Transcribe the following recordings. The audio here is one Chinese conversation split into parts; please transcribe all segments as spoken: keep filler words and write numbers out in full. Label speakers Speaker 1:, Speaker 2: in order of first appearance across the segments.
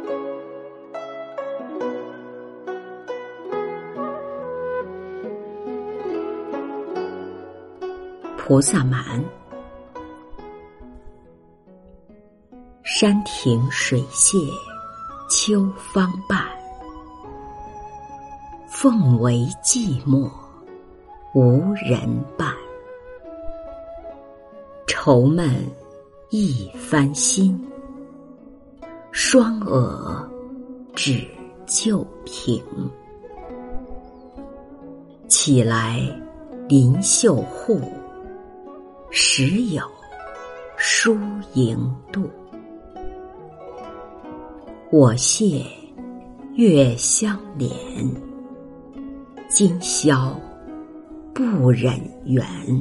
Speaker 1: 菩萨蛮。山亭水榭秋芳半，凤为寂寞无人伴。愁闷一番心，双蛾只就停。起来临秀户，时有疏萤度。我谢月相连，今宵不忍圆。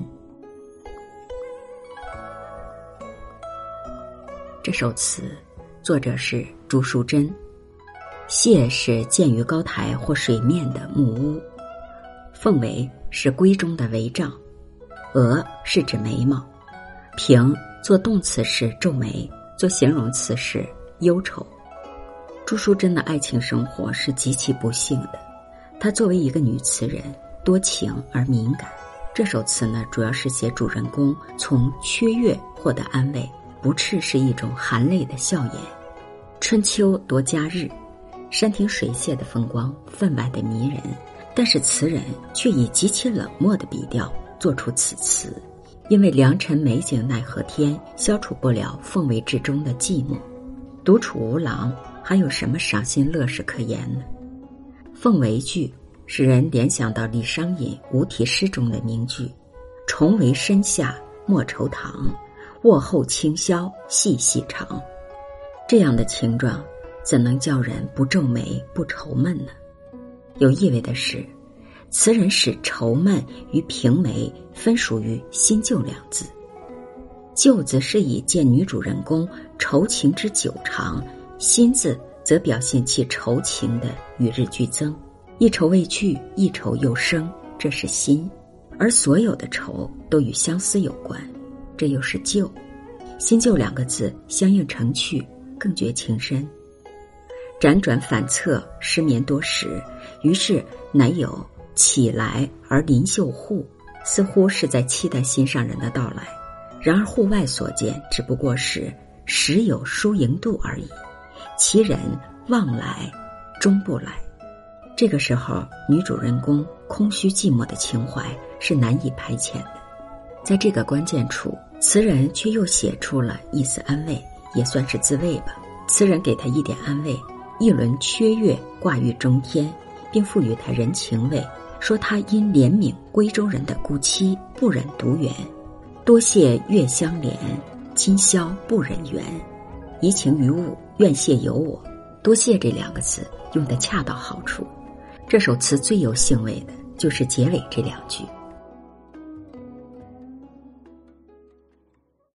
Speaker 1: 这首词作者是朱淑珍。榭是建于高台或水面的木屋，凤围是闺中的帷帐，蛾是指眉毛，屏做动词是皱眉，做形容词是忧愁。朱淑珍的爱情生活是极其不幸的，她作为一个女词人，多情而敏感。这首词呢，主要是写主人公从缺月获得安慰，不啻是一种含泪的笑颜。春秋多佳日，山亭水榭的风光分外的迷人，但是词人却以极其冷漠的笔调做出此词，因为良辰美景奈何天，消除不了凤围之中的寂寞。独处无郎，还有什么赏心乐事可言呢？凤围句使人联想到李商隐无题诗中的名句：重围深下莫愁堂，卧后清宵细细长。这样的情状怎能叫人不皱眉不愁闷呢？有意味的是，词人使愁闷与平眉分属于新旧两字。旧字是以见女主人公愁情之久长，新字则表现其愁情的与日俱增，一愁未去，一愁又生，这是新。而所有的愁都与相思有关，这又是旧。新旧两个字相映成趣，更觉情深。辗转反侧，失眠多时，于是乃有起来而临秀户，似乎是在期待心上人的到来。然而户外所见只不过是时有疏萤度而已，其人望来终不来。这个时候，女主人公空虚寂寞的情怀是难以排遣的。在这个关键处，词人却又写出了一丝安慰，也算是自慰吧。词人给她一点安慰，一轮缺月挂于中天，并赋予她人情味，说她因怜悯闺中人的孤妻，不忍独圆。多谢月相连，今宵不忍圆。移情于物，愿谢有我。多谢这两个字用得恰到好处。这首词最有兴味的就是结尾这两句：